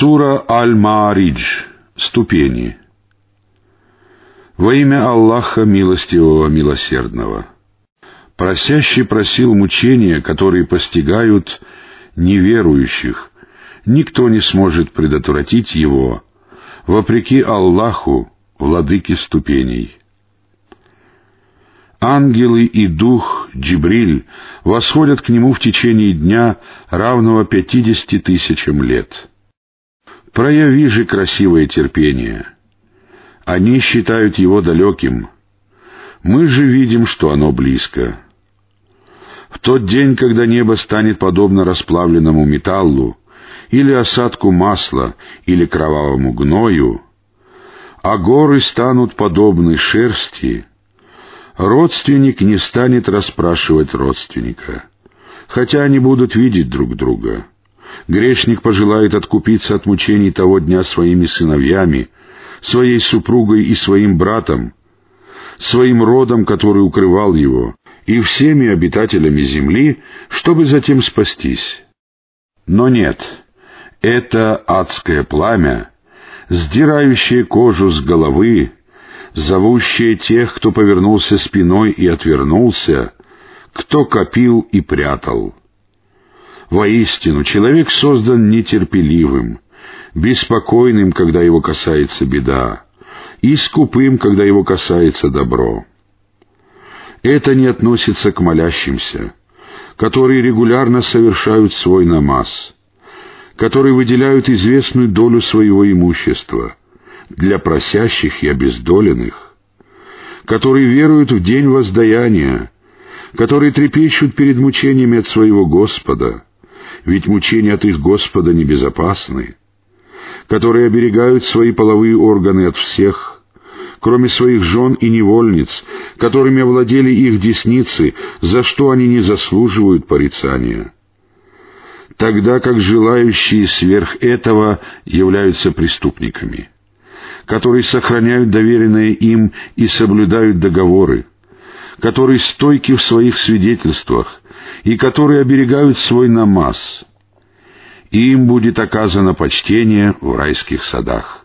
Сура Аль-Ма'аридж. Ступени. Во имя Аллаха Милостивого Милосердного. Просящий просил мучения, которые постигают неверующих. Никто не сможет предотвратить его, вопреки Аллаху, владыке ступеней. Ангелы и дух Джибриль восходят к нему в течение дня, равного 50 тысячам лет. Прояви же красивое терпение. Они считают его далеким. Мы же видим, что оно близко. В тот день, когда небо станет подобно расплавленному металлу, или осадку масла, или кровавому гною, а горы станут подобны шерсти, родственник не станет расспрашивать родственника, хотя они будут видеть друг друга. Грешник пожелает откупиться от мучений того дня своими сыновьями, своей супругой и своим братом, своим родом, который укрывал его, и всеми обитателями земли, чтобы затем спастись. Но нет, это адское пламя, сдирающее кожу с головы, зовущее тех, кто повернулся спиной и отвернулся, кто копил и прятал. Воистину, человек создан нетерпеливым, беспокойным, когда его касается беда, и скупым, когда его касается добро. Это не относится к молящимся, которые регулярно совершают свой намаз, которые выделяют известную долю своего имущества для просящих и обездоленных, которые веруют в день воздаяния, которые трепещут перед мучениями от своего Господа, ведь мучения от их Господа небезопасны, которые оберегают свои половые органы от всех, кроме своих жен и невольниц, которыми овладели их десницы, за что они не заслуживают порицания, тогда как желающие сверх этого являются преступниками, которые сохраняют доверенное им и соблюдают договоры, которые стойки в своих свидетельствах и которые оберегают свой намаз. Им будет оказано почтение в райских садах.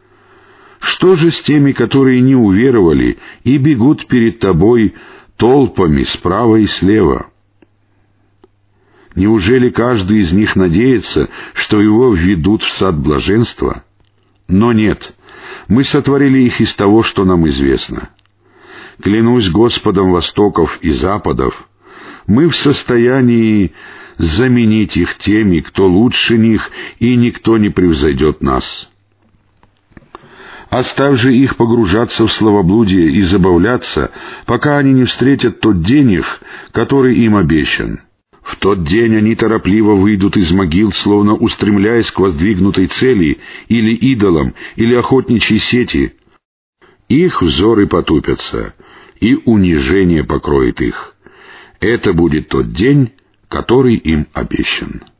Что же с теми, которые не уверовали и бегут перед тобой толпами справа и слева? Неужели каждый из них надеется, что его введут в сад блаженства? Но нет, мы сотворили их из того, что нам известно. Клянусь Господом востоков и западов, мы в состоянии заменить их теми, кто лучше них, и никто не превзойдет нас. Оставь же их погружаться в словоблудие и забавляться, пока они не встретят тот день их, который им обещан. В тот день они торопливо выйдут из могил, словно устремляясь к воздвигнутой цели, или идолам, или охотничьей сети. Их взоры потупятся, и унижение покроет их. Это будет тот день, который им обещан.